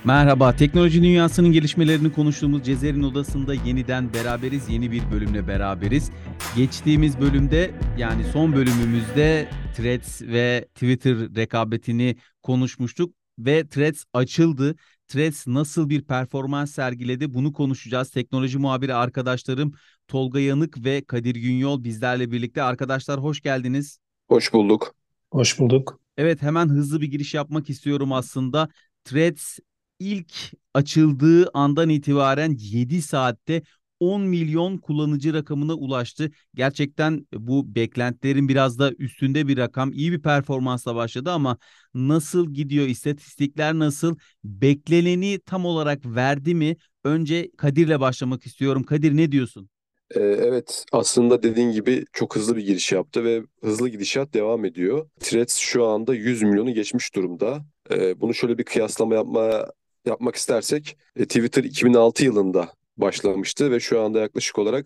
Merhaba, teknoloji dünyasının gelişmelerini konuştuğumuz Cezer'in Odası'nda yeniden beraberiz. Yeni bir bölümle beraberiz. Geçtiğimiz bölümde yani son bölümümüzde Threads ve Twitter rekabetini konuşmuştuk ve Threads açıldı. Threads nasıl bir performans sergiledi bunu konuşacağız. Teknoloji muhabiri arkadaşlarım Tolga Yanık ve Kadir Günyol bizlerle birlikte. Arkadaşlar hoş geldiniz. Hoş bulduk. Hoş bulduk. Evet, hemen hızlı bir giriş yapmak istiyorum aslında. Threads ilk açıldığı andan itibaren 7 saatte 10 milyon kullanıcı rakamına ulaştı. Gerçekten bu beklentilerin biraz da üstünde bir rakam. İyi bir performansla başladı ama nasıl gidiyor? İstatistikler nasıl? Bekleneni tam olarak verdi mi? Önce Kadir'le başlamak istiyorum. Kadir, ne diyorsun? Evet, aslında dediğin gibi çok hızlı bir giriş yaptı ve hızlı gidişat devam ediyor. Threads şu anda 100 milyonu geçmiş durumda. Bunu şöyle bir kıyaslama yapmak istersek, Twitter 2006 yılında başlamıştı ve şu anda yaklaşık olarak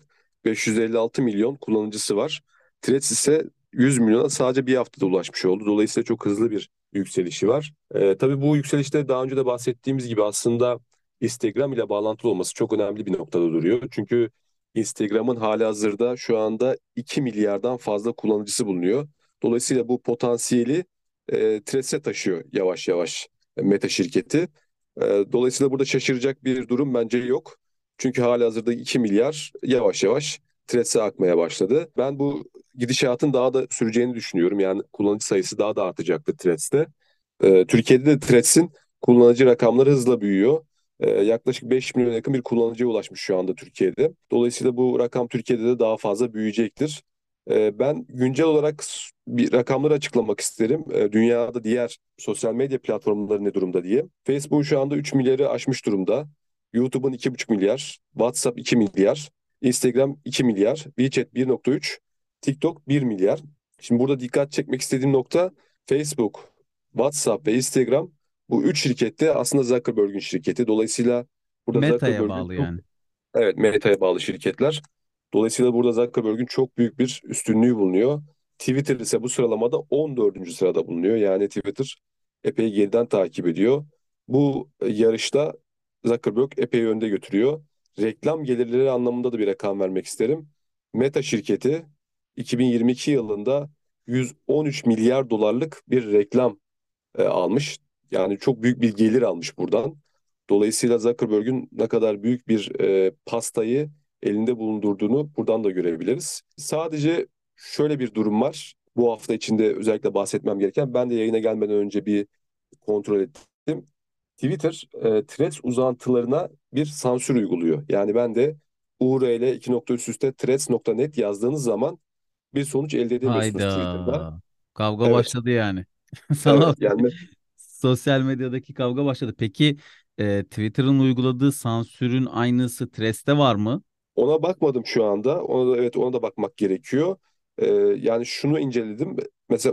556 milyon kullanıcısı var. Threads ise 100 milyona sadece bir haftada ulaşmış oldu. Dolayısıyla çok hızlı bir yükselişi var. Tabii bu yükselişte daha önce de bahsettiğimiz gibi aslında Instagram ile bağlantılı olması çok önemli bir noktada duruyor. Çünkü Instagram'ın halihazırda şu anda 2 milyardan fazla kullanıcısı bulunuyor. Dolayısıyla bu potansiyeli Threads'e taşıyor yavaş yavaş Meta şirketi. Dolayısıyla burada şaşıracak bir durum bence yok. Çünkü halihazırda 2 milyar yavaş yavaş Threads'e akmaya başladı. Ben bu gidişatın daha da süreceğini düşünüyorum. Yani kullanıcı sayısı daha da artacaktır Threads'te. Türkiye'de de Threads'in kullanıcı rakamları hızla büyüyor. Yaklaşık 5 milyona yakın bir kullanıcıya ulaşmış şu anda Türkiye'de. Dolayısıyla bu rakam Türkiye'de de daha fazla büyüyecektir. Ben güncel olarak bir rakamları açıklamak isterim. Dünyada diğer sosyal medya platformları ne durumda diye. Facebook şu anda 3 milyarı aşmış durumda. YouTube'un 2,5 milyar, WhatsApp 2 milyar, Instagram 2 milyar, WeChat 1,3, TikTok 1 milyar. Şimdi burada dikkat çekmek istediğim nokta Facebook, WhatsApp ve Instagram bu üç şirket de aslında Zuckerberg'in şirketi. Dolayısıyla burada Meta'ya Zuckerberg'in bağlı çok, yani. evet, Meta'ya bağlı şirketler. Dolayısıyla burada Zuckerberg'in çok büyük bir üstünlüğü bulunuyor. Twitter ise bu sıralamada 14. sırada bulunuyor. Yani Twitter epey geriden takip ediyor. Bu yarışta Zuckerberg epey önde götürüyor. Reklam gelirleri anlamında da bir rakam vermek isterim. Meta şirketi 2022 yılında 113 milyar dolarlık bir reklam almış. Yani çok büyük bir gelir almış buradan. Dolayısıyla Zuckerberg'ün ne kadar büyük bir pastayı elinde bulundurduğunu buradan da görebiliriz. Sadece şöyle bir durum var. Bu hafta içinde özellikle bahsetmem gereken, ben de yayına gelmeden önce bir kontrol ettim. Twitter Threads uzantılarına bir sansür uyguluyor. Yani ben de URL iki nokta üst üste threads.net yazdığınız zaman bir sonuç elde edemiyorsunuz Twitter'da. Hayda. Kavga Evet, başladı yani. Sana evet. Yani sosyal medyadaki kavga başladı. Peki Twitter'ın uyguladığı sansürün aynısı Threads'te var mı? ona bakmadım şu anda. Evet, ona da bakmak gerekiyor. Yani şunu inceledim. Mesela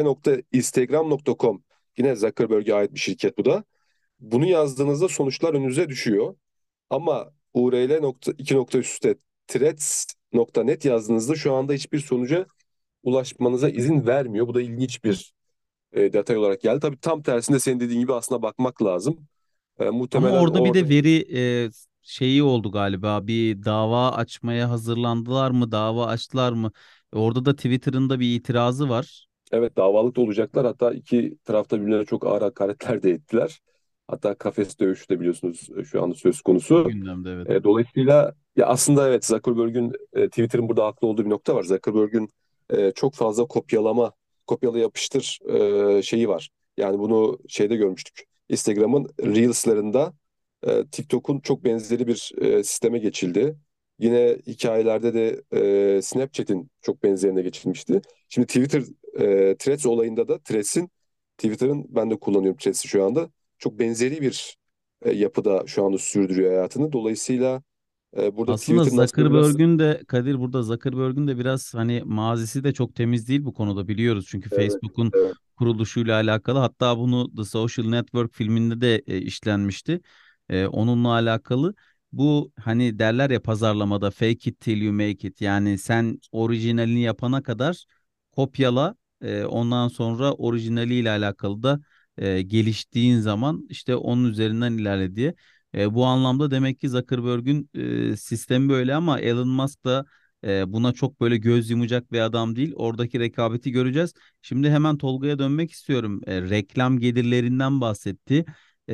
url.instagram.com, yine Zuckerberg'e ait bir şirket bu da. Bunu yazdığınızda sonuçlar önünüze düşüyor. Ama url nokta iki nokta üstte threads.net yazdığınızda şu anda hiçbir sonuca ulaşmanıza izin vermiyor. Bu da ilginç bir detay olarak geldi. Tabii tam tersinde senin dediğin gibi aslında bakmak lazım. Ama Muhtemelen orada bir orada. de veri şeyi oldu galiba. Bir dava açmaya hazırlandılar mı? Dava açtılar mı? Orada da Twitter'ın da bir itirazı var. Evet, davalık da olacaklar. Hatta iki tarafta birbirlerine çok ağır hakaretler de ettiler. Hatta kafes dövüşü de biliyorsunuz şu anda söz konusu. Gündemde, evet. Dolayısıyla ya aslında evet, Zuckerberg'ün Twitter'ın burada haklı olduğu bir nokta var. Zuckerberg'ün çok fazla kopyala yapıştır şeyi var. Yani bunu şeyde görmüştük. Instagram'ın Reels'larında TikTok'un çok benzeri bir sisteme geçildi. Yine hikayelerde de Snapchat'in çok benzerine geçilmişti. Şimdi Twitter Threads olayında da Twitter'ın, ben de kullanıyorum Threads'i şu anda. Çok benzeri bir yapıda şu anda sürdürüyor hayatını. Dolayısıyla burada Aslında Twitter'ın aslında biraz, Zuckerberg'ün de Kadir, burada Zuckerberg'ün de biraz hani mazisi de çok temiz değil bu konuda, biliyoruz. Çünkü evet, Facebook'un evet, kuruluşuyla alakalı, hatta bunu The Social Network filminde de işlenmişti. Onunla alakalı bu, hani derler ya pazarlamada, fake it till you make it, yani sen orijinalini yapana kadar kopyala, ondan sonra orijinaliyle alakalı da geliştiğin zaman işte onun üzerinden ilerle diye. Bu anlamda demek ki Zuckerberg'ün sistemi böyle ama Elon Musk da buna çok böyle göz yumacak bir adam değil. Oradaki rekabeti göreceğiz. Şimdi hemen Tolga'ya dönmek istiyorum. Reklam gelirlerinden bahsetti.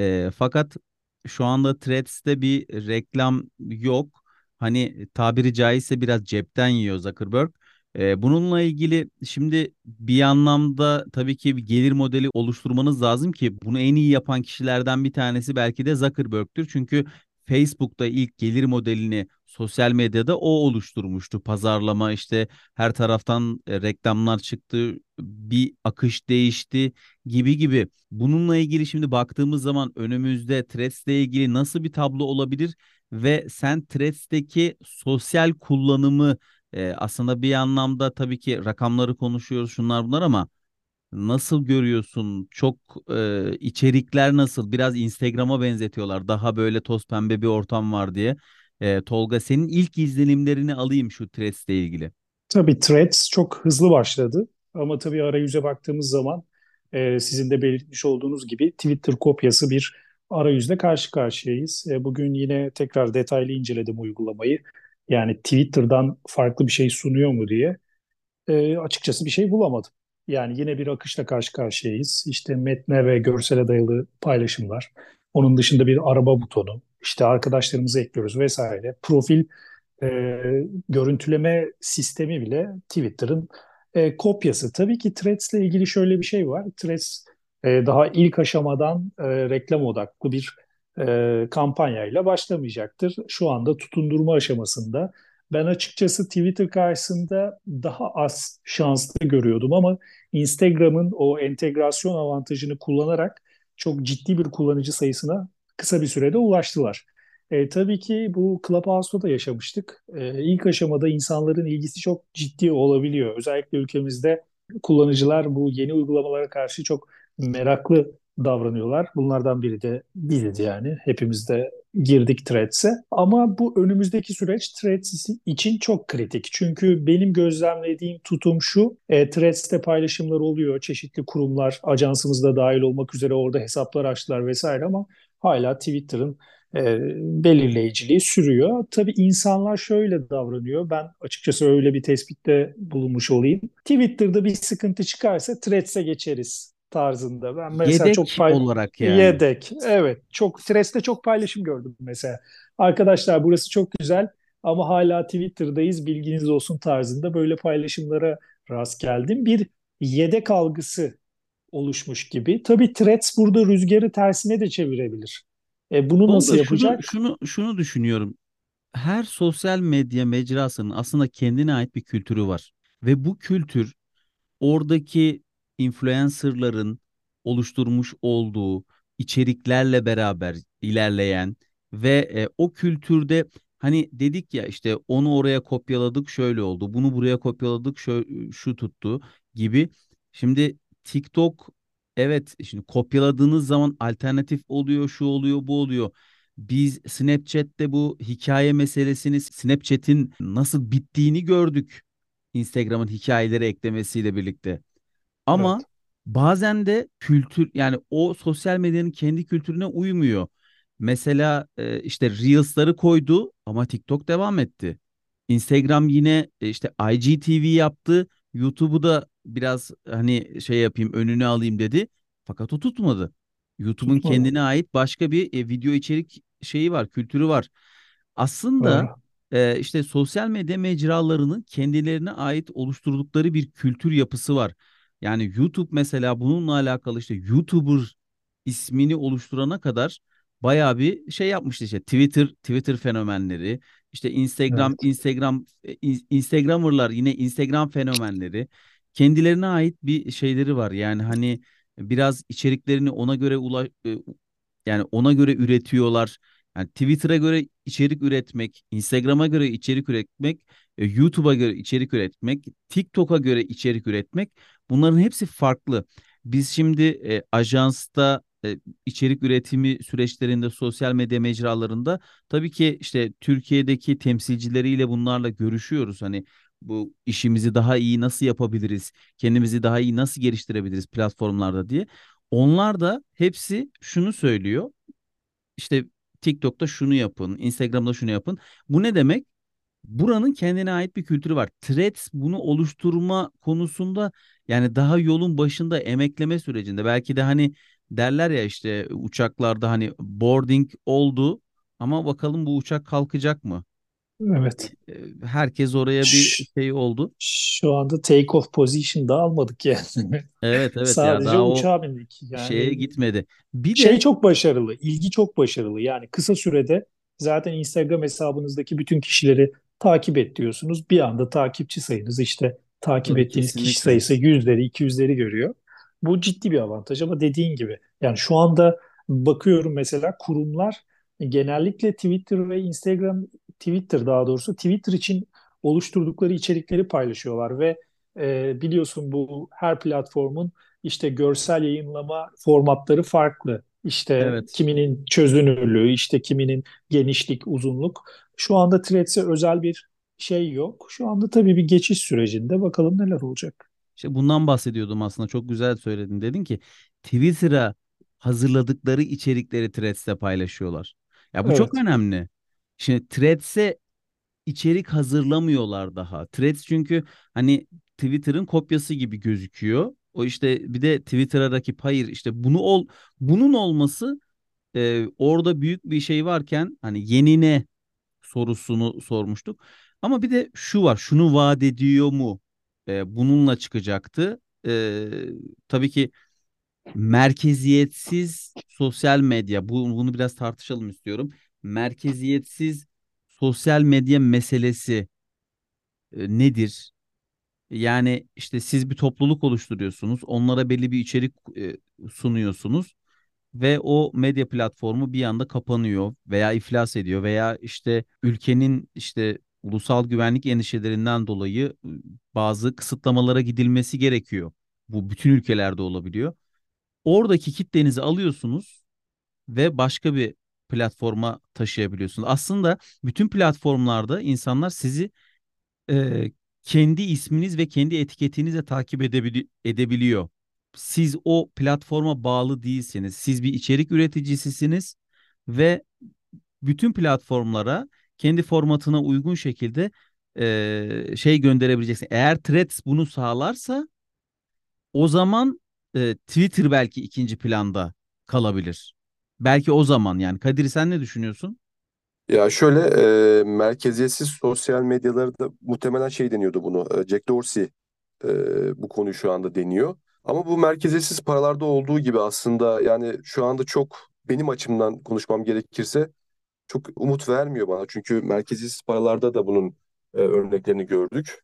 Fakat şu anda Threads'te bir reklam yok. Hani tabiri caizse biraz cepten yiyor Zuckerberg. Bununla ilgili şimdi bir anlamda tabii ki bir gelir modeli oluşturmanız lazım ki bunu en iyi yapan kişilerden bir tanesi belki de Zuckerberg'tür. Çünkü Facebook'ta ilk gelir modelini sosyal medyada o oluşturmuştu. Pazarlama işte her taraftan reklamlar çıktı, bir akış değişti gibi gibi. Bununla ilgili şimdi baktığımız zaman önümüzde Threads'le ilgili nasıl bir tablo olabilir ve sen Threads'teki sosyal kullanımı aslında bir anlamda tabii ki rakamları konuşuyoruz şunlar bunlar ama nasıl görüyorsun? Çok içerikler nasıl? Biraz Instagram'a benzetiyorlar. Daha böyle toz pembe bir ortam var diye. Tolga senin ilk izlenimlerini alayım şu Threads'le ilgili. Tabii Threads çok hızlı başladı ama tabii arayüze baktığımız zaman sizin de belirtmiş olduğunuz gibi Twitter kopyası bir arayüzle karşı karşıyayız. Bugün yine tekrar detaylı inceledim uygulamayı. Yani Twitter'dan farklı bir şey sunuyor mu diye. Açıkçası bir şey bulamadım. Yani yine bir akışla karşı karşıyayız. İşte metne ve görsele dayalı paylaşımlar. Onun dışında bir araba butonu. İşte arkadaşlarımızı ekliyoruz vesaire. Profil e, görüntüleme sistemi bile Twitter'ın kopyası. Tabii ki Threads'le ilgili şöyle bir şey var. Threads daha ilk aşamadan reklam odaklı bir kampanyayla başlamayacaktır. Şu anda tutundurma aşamasında. Ben açıkçası Twitter karşısında daha az şanslı görüyordum ama Instagram'ın o entegrasyon avantajını kullanarak çok ciddi bir kullanıcı sayısına kısa bir sürede ulaştılar. Tabii ki bu Clubhouse'da da yaşamıştık. İlk aşamada insanların ilgisi çok ciddi olabiliyor. Özellikle ülkemizde kullanıcılar bu yeni uygulamalara karşı çok meraklı davranıyorlar. Bunlardan biri de bizdi yani. Hepimiz de girdik Threads'e. Ama bu önümüzdeki süreç Threads için çok kritik. Çünkü benim gözlemlediğim tutum şu. Threads'te paylaşımlar oluyor. Çeşitli kurumlar, ajansımız da dahil olmak üzere orada hesaplar açtılar vesaire ama hala Twitter'ın belirleyiciliği sürüyor. Tabii insanlar şöyle davranıyor. Ben açıkçası öyle bir tespitte bulunmuş olayım. Twitter'da bir sıkıntı çıkarsa Threads'e geçeriz tarzında. Ben mesela Yedek olarak yani. yedek. Evet, çok Threads'te çok paylaşım gördüm mesela. Arkadaşlar burası çok güzel ama hala Twitter'dayız bilginiz olsun tarzında böyle paylaşımlara rast geldim. Bir yedek algısı oluşmuş gibi. Tabii Threads burada rüzgarı tersine de çevirebilir. Bunu nasıl Tolga şunu yapacak? şunu şunu düşünüyorum. Her sosyal medya mecrasının aslında kendine ait bir kültürü var. Ve bu kültür oradaki influencerların oluşturmuş olduğu içeriklerle beraber ilerleyen ve o kültürde hani dedik ya işte onu oraya kopyaladık şöyle oldu, bunu buraya kopyaladık şu tuttu gibi. Şimdi TikTok evet şimdi kopyaladığınız zaman alternatif oluyor, şu oluyor, bu oluyor. Biz Snapchat'te bu hikaye meselesini, Snapchat'in nasıl bittiğini gördük. Instagram'ın hikayeleri eklemesiyle birlikte. Ama Evet, bazen de kültür yani o sosyal medyanın kendi kültürüne uymuyor. Mesela işte Reels'ları koydu ama TikTok devam etti. Instagram yine işte IGTV yaptı. YouTube'u da biraz hani şey yapayım önüne alayım dedi. Fakat o tutmadı. YouTube'un tutmadı. kendine ait başka bir video içerik şeyi var, kültürü var. Aslında Doğru. işte sosyal medya mecralarının kendilerine ait oluşturdukları bir kültür yapısı var. Yani YouTube mesela bununla alakalı işte YouTuber ismini oluşturana kadar bayağı bir şey yapmıştı işte Twitter fenomenleri, işte Evet, Instagrammerlar yine Instagram fenomenleri kendilerine ait bir şeyleri var. Yani hani biraz içeriklerini ona göre yani ona göre üretiyorlar. Yani Twitter'a göre içerik üretmek, Instagram'a göre içerik üretmek, YouTube'a göre içerik üretmek, TikTok'a göre içerik üretmek bunların hepsi farklı. Biz şimdi ajansta içerik üretimi süreçlerinde sosyal medya mecralarında tabii ki işte Türkiye'deki temsilcileriyle bunlarla görüşüyoruz. Hani bu işimizi daha iyi nasıl yapabiliriz, kendimizi daha iyi nasıl geliştirebiliriz platformlarda diye. Onlar da hepsi şunu söylüyor. İşte TikTok'ta şunu yapın, Instagram'da şunu yapın. Bu ne demek? Buranın kendine ait bir kültürü var. Threads bunu oluşturma konusunda yani daha yolun başında, emekleme sürecinde. Belki de hani derler ya, işte uçaklarda hani boarding oldu ama bakalım bu uçak kalkacak mı? Evet. Herkes oraya bir Ş- şey oldu. Şu anda take off position da almadık yani. Evet, evet, ya Sadece daha o uçağa bindik. şeye Yani gitmedi. Bir şey de çok başarılı, ilgi çok başarılı. Yani kısa sürede zaten Instagram hesabınızdaki bütün kişileri takip et diyorsunuz. Bir anda takipçi sayınız işte takip tabii, ettiğiniz kişi kesinlikle. sayısı yüzleri, 200'leri görüyor. Bu ciddi bir avantaj ama dediğin gibi yani şu anda bakıyorum mesela kurumlar genellikle Twitter ve Instagram, Twitter daha doğrusu Twitter için oluşturdukları içerikleri paylaşıyorlar ve biliyorsun bu her platformun işte görsel yayınlama formatları farklı. İşte Evet. kiminin çözünürlüğü, işte kiminin genişlik, uzunluk. Şu anda Threads'e özel bir şey yok. Şu anda tabii bir geçiş sürecinde. Bakalım neler olacak. İşte bundan bahsediyordum aslında. Çok güzel söyledin. Dedin ki Twitter'a hazırladıkları içerikleri Threads'te paylaşıyorlar. Ya bu çok Evet. önemli. Şimdi Threads'e içerik hazırlamıyorlar daha. Threads çünkü hani Twitter'ın kopyası gibi gözüküyor. O işte bir de Twitter'a rakip. Hayır, işte bunun olması, orada büyük bir şey varken hani yeni ne sorusunu sormuştuk. Ama bir de şu var. Şunu vaat ediyor mu? Bununla çıkacaktı. Tabii ki merkeziyetsiz sosyal medya. Bunu biraz tartışalım istiyorum. Merkeziyetsiz sosyal medya meselesi nedir? Yani işte siz bir topluluk oluşturuyorsunuz. Onlara belli bir içerik sunuyorsunuz ve o medya platformu bir anda kapanıyor veya iflas ediyor veya işte ülkenin işte ulusal güvenlik endişelerinden dolayı bazı kısıtlamalara gidilmesi gerekiyor. Bu bütün ülkelerde olabiliyor. Oradaki kitlenizi alıyorsunuz ve başka bir platforma taşıyabiliyorsunuz. Aslında bütün platformlarda insanlar sizi e, kendi isminiz ve kendi etiketinizle takip edebiliyor. Siz o platforma bağlı değilsiniz. Siz bir içerik üreticisisiniz ve bütün platformlara kendi formatına uygun şekilde şey gönderebileceksin. Eğer Threads bunu sağlarsa o zaman Twitter belki ikinci planda kalabilir. Belki o zaman yani. Kadir, sen ne düşünüyorsun? Ya şöyle merkeziyetsiz sosyal medyaları da muhtemelen şey deniyordu bunu. Jack Dorsey bu konuyu şu anda deniyor. Ama bu merkeziyetsiz paralarda olduğu gibi aslında yani şu anda çok benim açımdan konuşmam gerekirse çok umut vermiyor bana. Çünkü merkeziyetsiz paralarda da bunun örneklerini gördük.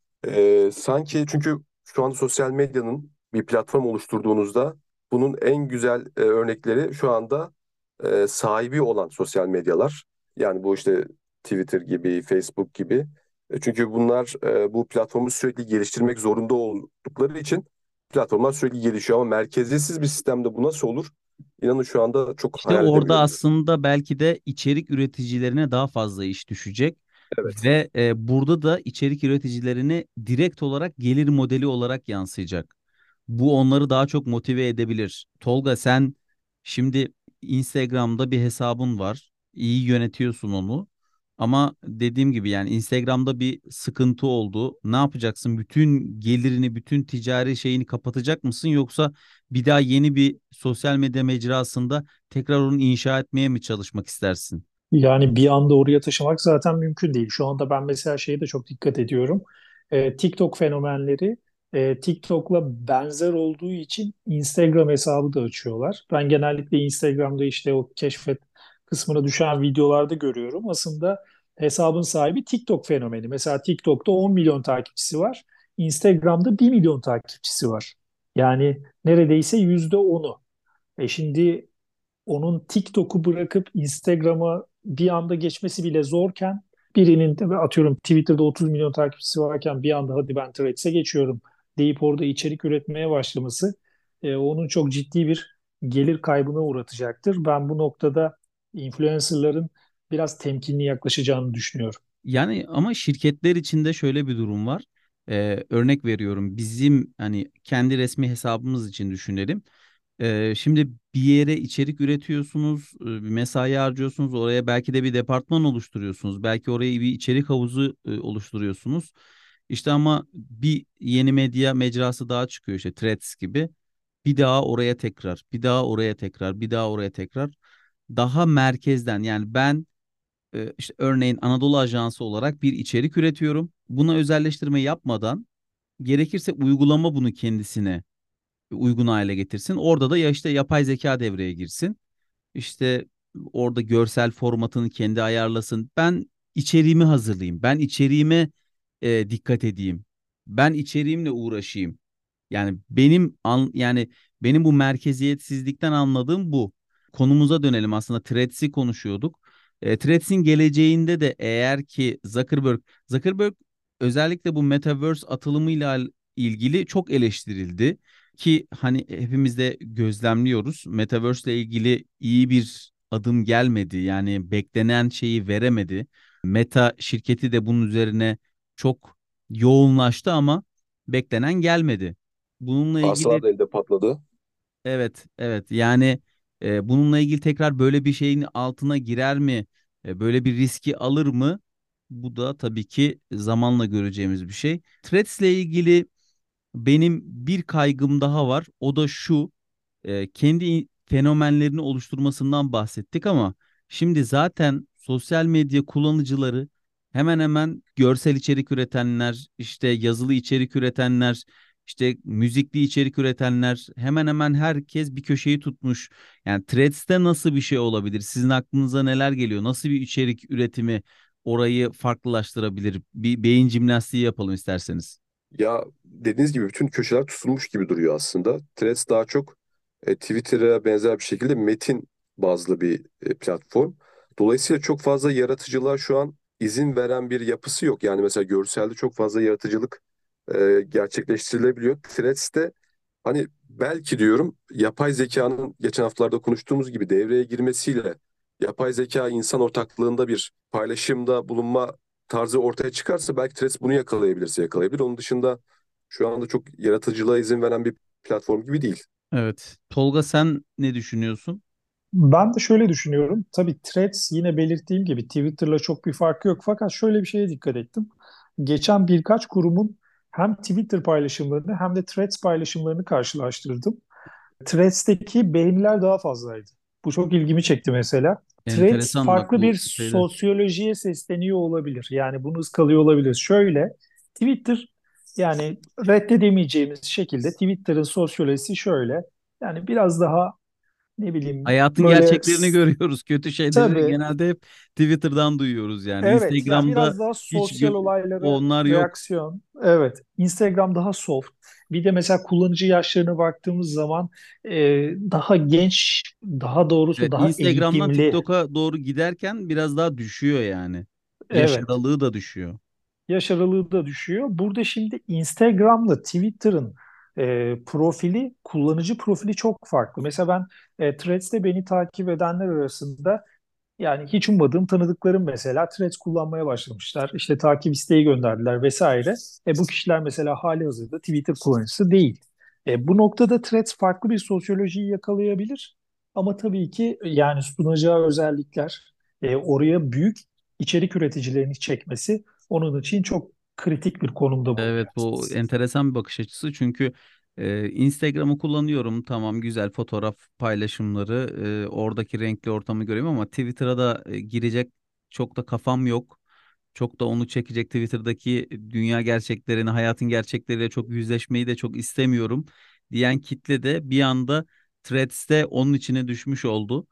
Sanki çünkü şu anda sosyal medyanın bir platform oluşturduğunuzda bunun en güzel örnekleri şu anda sahibi olan sosyal medyalar. Yani bu işte Twitter gibi, Facebook gibi. Çünkü bunlar bu platformu sürekli geliştirmek zorunda oldukları için platformlar sürekli gelişiyor. Ama merkeziyetsiz bir sistemde bu nasıl olur? İnanın şu anda çok İşte hayal orada edemiyorum. aslında belki de içerik üreticilerine daha fazla iş düşecek Evet. ve burada da içerik üreticilerine direkt olarak gelir modeli olarak yansıyacak. Bu onları daha çok motive edebilir. Tolga, sen şimdi Instagram'da bir hesabın var. İyi yönetiyorsun onu. Ama dediğim gibi yani Instagram'da bir sıkıntı oldu. Ne yapacaksın? Bütün gelirini, bütün ticari şeyini kapatacak mısın? Yoksa bir daha yeni bir sosyal medya mecrasında tekrar onu inşa etmeye mi çalışmak istersin? Yani bir anda oraya taşımak zaten mümkün değil. Şu anda ben mesela şeye de çok dikkat ediyorum. TikTok fenomenleri TikTok'la benzer olduğu için Instagram hesabı da açıyorlar. Ben genellikle Instagram'da işte o keşfet kısmına düşen videolarda görüyorum. Aslında hesabın sahibi TikTok fenomeni. Mesela TikTok'ta 10 milyon takipçisi var. Instagram'da 1 milyon takipçisi var. Yani neredeyse %10'u. Şimdi onun TikTok'u bırakıp Instagram'a bir anda geçmesi bile zorken birinin de atıyorum Twitter'da 30 milyon takipçisi varken bir anda hadi ben Threads'e geçiyorum deyip orada içerik üretmeye başlaması onun çok ciddi bir gelir kaybına uğratacaktır. Ben bu noktada influencerların biraz temkinli yaklaşacağını düşünüyorum. Yani ama şirketler içinde şöyle bir durum var. Örnek veriyorum, bizim hani kendi resmi hesabımız için düşünelim. Şimdi bir yere içerik üretiyorsunuz, bir mesai harcıyorsunuz, oraya belki de bir departman oluşturuyorsunuz, belki oraya bir içerik havuzu oluşturuyorsunuz. İşte ama bir yeni medya mecrası daha çıkıyor işte Threads gibi. Bir daha oraya tekrar, bir daha oraya tekrar, bir daha oraya tekrar. Daha merkezden yani ben işte örneğin Anadolu Ajansı olarak bir içerik üretiyorum. Buna özelleştirme yapmadan gerekirse uygulama bunu kendisine uygun hale getirsin. Orada da ya işte yapay zeka devreye girsin. İşte orada görsel formatını kendi ayarlasın. Ben içeriğimi hazırlayayım. Ben içeriğime dikkat edeyim. Ben içeriğimle uğraşayım. Yani yani benim bu merkeziyetsizlikten anladığım bu. Konumuza dönelim aslında Threads'i konuşuyorduk. Threads'in geleceğinde de eğer ki Zuckerberg özellikle bu Metaverse atılımıyla ilgili çok eleştirildi ki hani hepimiz de gözlemliyoruz. Metaverse ile ilgili iyi bir adım gelmedi. Yani beklenen şeyi veremedi. Meta şirketi de bunun üzerine çok yoğunlaştı ama beklenen gelmedi. Bununla Arsalar ilgili da elde patladı. evet evet yani bununla ilgili tekrar böyle bir şeyin altına girer mi? Böyle bir riski alır mı? Bu da tabii ki zamanla göreceğimiz bir şey. Threads ile ilgili benim bir kaygım daha var. O da şu kendi fenomenlerini oluşturmasından bahsettik ama şimdi zaten sosyal medya kullanıcıları hemen hemen görsel içerik üretenler, işte yazılı içerik üretenler, işte müzikli içerik üretenler hemen hemen herkes bir köşeyi tutmuş. Yani Threads'te nasıl bir şey olabilir? Sizin aklınıza neler geliyor? Nasıl bir içerik üretimi orayı farklılaştırabilir? Bir beyin jimnastiği yapalım isterseniz. Ya dediğiniz gibi bütün köşeler tutulmuş gibi duruyor aslında. Threads daha çok Twitter'a benzer bir şekilde metin bazlı bir platform. Dolayısıyla çok fazla yaratıcılığa şu an izin veren bir yapısı yok. Yani mesela görselde çok fazla yaratıcılık gerçekleştirilebiliyor. Threads'te hani belki diyorum yapay zekanın geçen haftalarda konuştuğumuz gibi devreye girmesiyle yapay zeka insan ortaklığında bir paylaşımda bulunma tarzı ortaya çıkarsa belki Threads bunu yakalayabilirse yakalayabilir. Onun dışında şu anda çok yaratıcılığa izin veren bir platform gibi değil. Evet. Tolga sen ne düşünüyorsun? Ben de şöyle düşünüyorum. Tabii Threads yine belirttiğim gibi Twitter'la çok bir farkı yok. Fakat şöyle bir şeye dikkat ettim. Geçen birkaç kurumun hem Twitter paylaşımlarını hem de Threads paylaşımlarını karşılaştırdım. Threads'teki beğeniler daha fazlaydı. Bu çok ilgimi çekti mesela. Threads Enteresan bak farklı bir bu şeyde. sosyolojiye sesleniyor olabilir. Yani bunu ıskalıyor olabilir. Şöyle, Twitter yani reddedemeyeceğimiz şekilde Twitter'ın sosyolojisi şöyle. Yani biraz daha ne bileyim Hayatın böyle gerçeklerini görüyoruz. Kötü şeyleri tabii genelde hep Twitter'dan duyuyoruz yani. evet yani Instagram'da biraz daha hiç sosyal olaylara onlar yok. reaksiyon. Evet. Instagram daha soft. Bir de mesela kullanıcı yaşlarına baktığımız zaman e, daha genç, daha doğrusu Evet, daha Instagram'dan eğitimli. TikTok'a doğru giderken biraz daha düşüyor yani. Yaş Evet. aralığı da düşüyor. Yaş aralığı da düşüyor. Burada şimdi Instagram'la Twitter'ın profili, kullanıcı profili çok farklı. Mesela ben Threads'te beni takip edenler arasında yani hiç ummadığım tanıdıklarım mesela Threads kullanmaya başlamışlar. İşte takip isteği gönderdiler vesaire. Bu kişiler mesela hali hazırda Twitter kullanıcısı değil. Bu noktada Threads farklı bir sosyolojiyi yakalayabilir. Ama tabii ki yani sunacağı özellikler oraya büyük içerik üreticilerini çekmesi onun için çok kritik bir konumda Evet bulunuyor. bu enteresan bir bakış açısı çünkü Instagram'ı kullanıyorum tamam güzel fotoğraf paylaşımları oradaki renkli ortamı görüyorum ama Twitter'a da girecek çok da kafam yok. Çok da onu çekecek Twitter'daki dünya gerçeklerini, hayatın gerçekleriyle çok yüzleşmeyi de çok istemiyorum diyen kitle de bir anda Threads'te onun içine düşmüş oldu.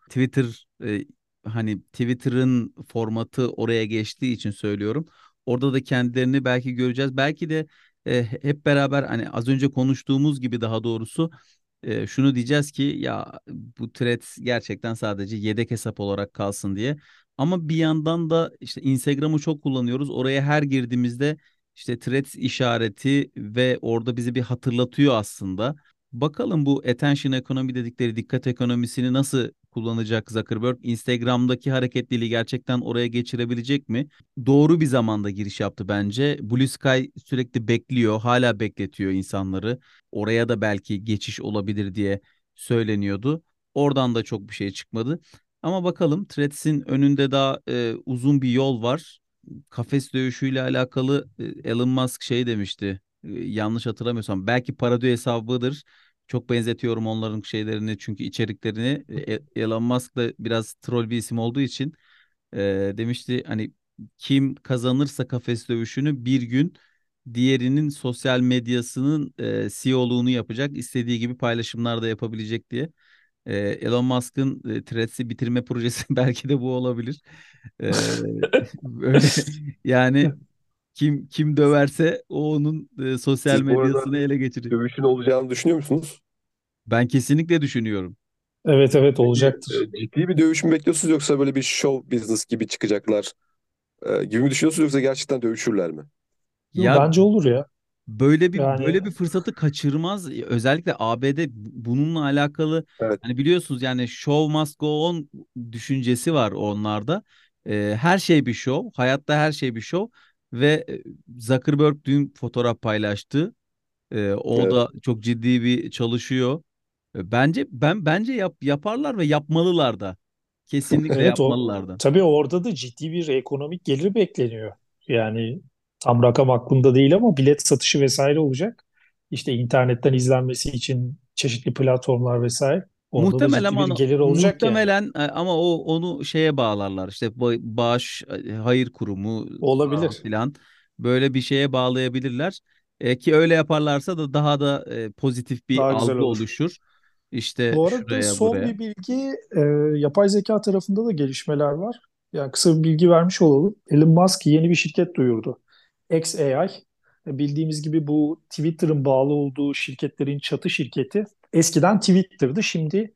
Hani Twitter'ın formatı oraya geçtiği için söylüyorum. Orada da kendilerini belki göreceğiz. Belki de hep beraber hani az önce konuştuğumuz gibi daha doğrusu şunu diyeceğiz ki ya bu Threads gerçekten sadece yedek hesap olarak kalsın diye. Ama bir yandan da işte Instagram'ı çok kullanıyoruz. Oraya her girdiğimizde işte Threads işareti ve orada bizi bir hatırlatıyor aslında. Bakalım bu attention ekonomi dedikleri dikkat ekonomisini nasıl kullanacak Zuckerberg? Instagram'daki hareketliliği gerçekten oraya geçirebilecek mi? Doğru bir zamanda giriş yaptı bence. Blue Sky sürekli bekliyor, hala bekletiyor insanları. Oraya da belki geçiş olabilir diye söyleniyordu. Oradan da çok bir şey çıkmadı. Ama bakalım, Threads'in önünde daha uzun bir yol var. Kafes dövüşüyle alakalı Elon Musk şey demişti. Yanlış hatırlamıyorsam belki parodi hesabıdır. Çok benzetiyorum onların şeylerini çünkü içeriklerini. Elon Musk da biraz troll bir isim olduğu için demişti hani kim kazanırsa kafes dövüşünü bir gün diğerinin sosyal medyasının CEO'luğunu yapacak, istediği gibi paylaşımlar da yapabilecek diye. Elon Musk'ın Threads'i bitirme projesi belki de bu olabilir. E, Böyle yani kim döverse o onun sosyal Siz bu arada medyasını ele geçirecek. dövüşün olacağını düşünüyor musunuz? Ben kesinlikle düşünüyorum. Evet, evet, Peki olacaktır. ciddi bir dövüş mü bekliyorsunuz yoksa böyle bir show business gibi çıkacaklar gibi mi düşünüyorsunuz yoksa gerçekten dövüşürler mi? Yo, Ya bence olur ya. böyle Yani bir fırsatı kaçırmaz. Özellikle ABD bununla alakalı, Evet, hani biliyorsunuz yani show must go on düşüncesi var onlarda. Her şey bir show. Hayatta her şey bir show ve Zuckerberg dün fotoğraf paylaştı. O evet. da çok ciddi bir çalışıyor. Bence yaparlar ve yapmalılar da. Kesinlikle evet, yapmalılar da. tabii orada da ciddi bir ekonomik gelir bekleniyor. Yani tam rakam aklımda değil ama bilet satışı vesaire olacak. İşte internetten izlenmesi için çeşitli platformlar vesaire. Orada da Muhtemelen ciddi bir ama gelir olacak yani. ama onu şeye bağlarlar. İşte bağış, hayır kurumu falan Olabilir. filan, böyle bir şeye bağlayabilirler. Ki öyle yaparlarsa da daha da pozitif bir Daha güzel algı olur. oluşur. İşte Bu arada şuraya son buraya. bir bilgi, yapay zeka tarafında da gelişmeler var. Yani kısa bir bilgi vermiş olalım. Elon Musk yeni bir şirket duyurdu. XAI. Bildiğimiz gibi bu Twitter'ın bağlı olduğu şirketlerin çatı şirketi. Eskiden Twitter'dı, şimdi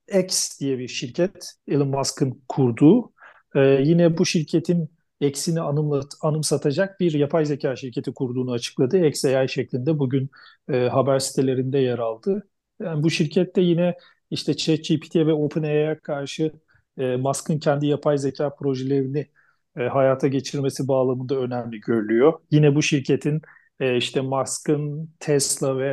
X diye bir şirket Elon Musk'ın kurduğu. Yine bu şirketin X'ini anımsatacak bir yapay zeka şirketi kurduğunu açıkladı. XAI şeklinde bugün haber sitelerinde yer aldı. Yani bu şirkette yine işte ChatGPT ve OpenAI'ye karşı Musk'ın kendi yapay zeka projelerini hayata geçirmesi bağlamında önemli görülüyor. Yine bu şirketin işte Musk'ın Tesla ve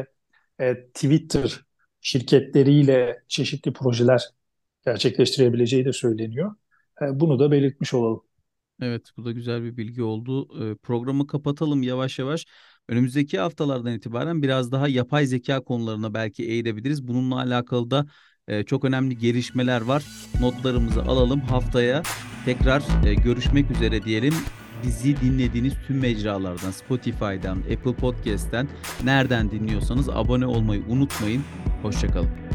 Twitter şirketleriyle çeşitli projeler gerçekleştirebileceği de söyleniyor. Bunu da belirtmiş olalım. Evet, bu da güzel bir bilgi oldu. Programı kapatalım yavaş yavaş. Önümüzdeki haftalardan itibaren biraz daha yapay zeka konularına belki eğilebiliriz. Bununla alakalı da çok önemli gelişmeler var. Notlarımızı alalım. Haftaya tekrar görüşmek üzere diyelim. Bizi dinlediğiniz tüm mecralardan, Spotify'dan, Apple Podcast'ten nereden dinliyorsanız abone olmayı unutmayın. Hoşça kalın.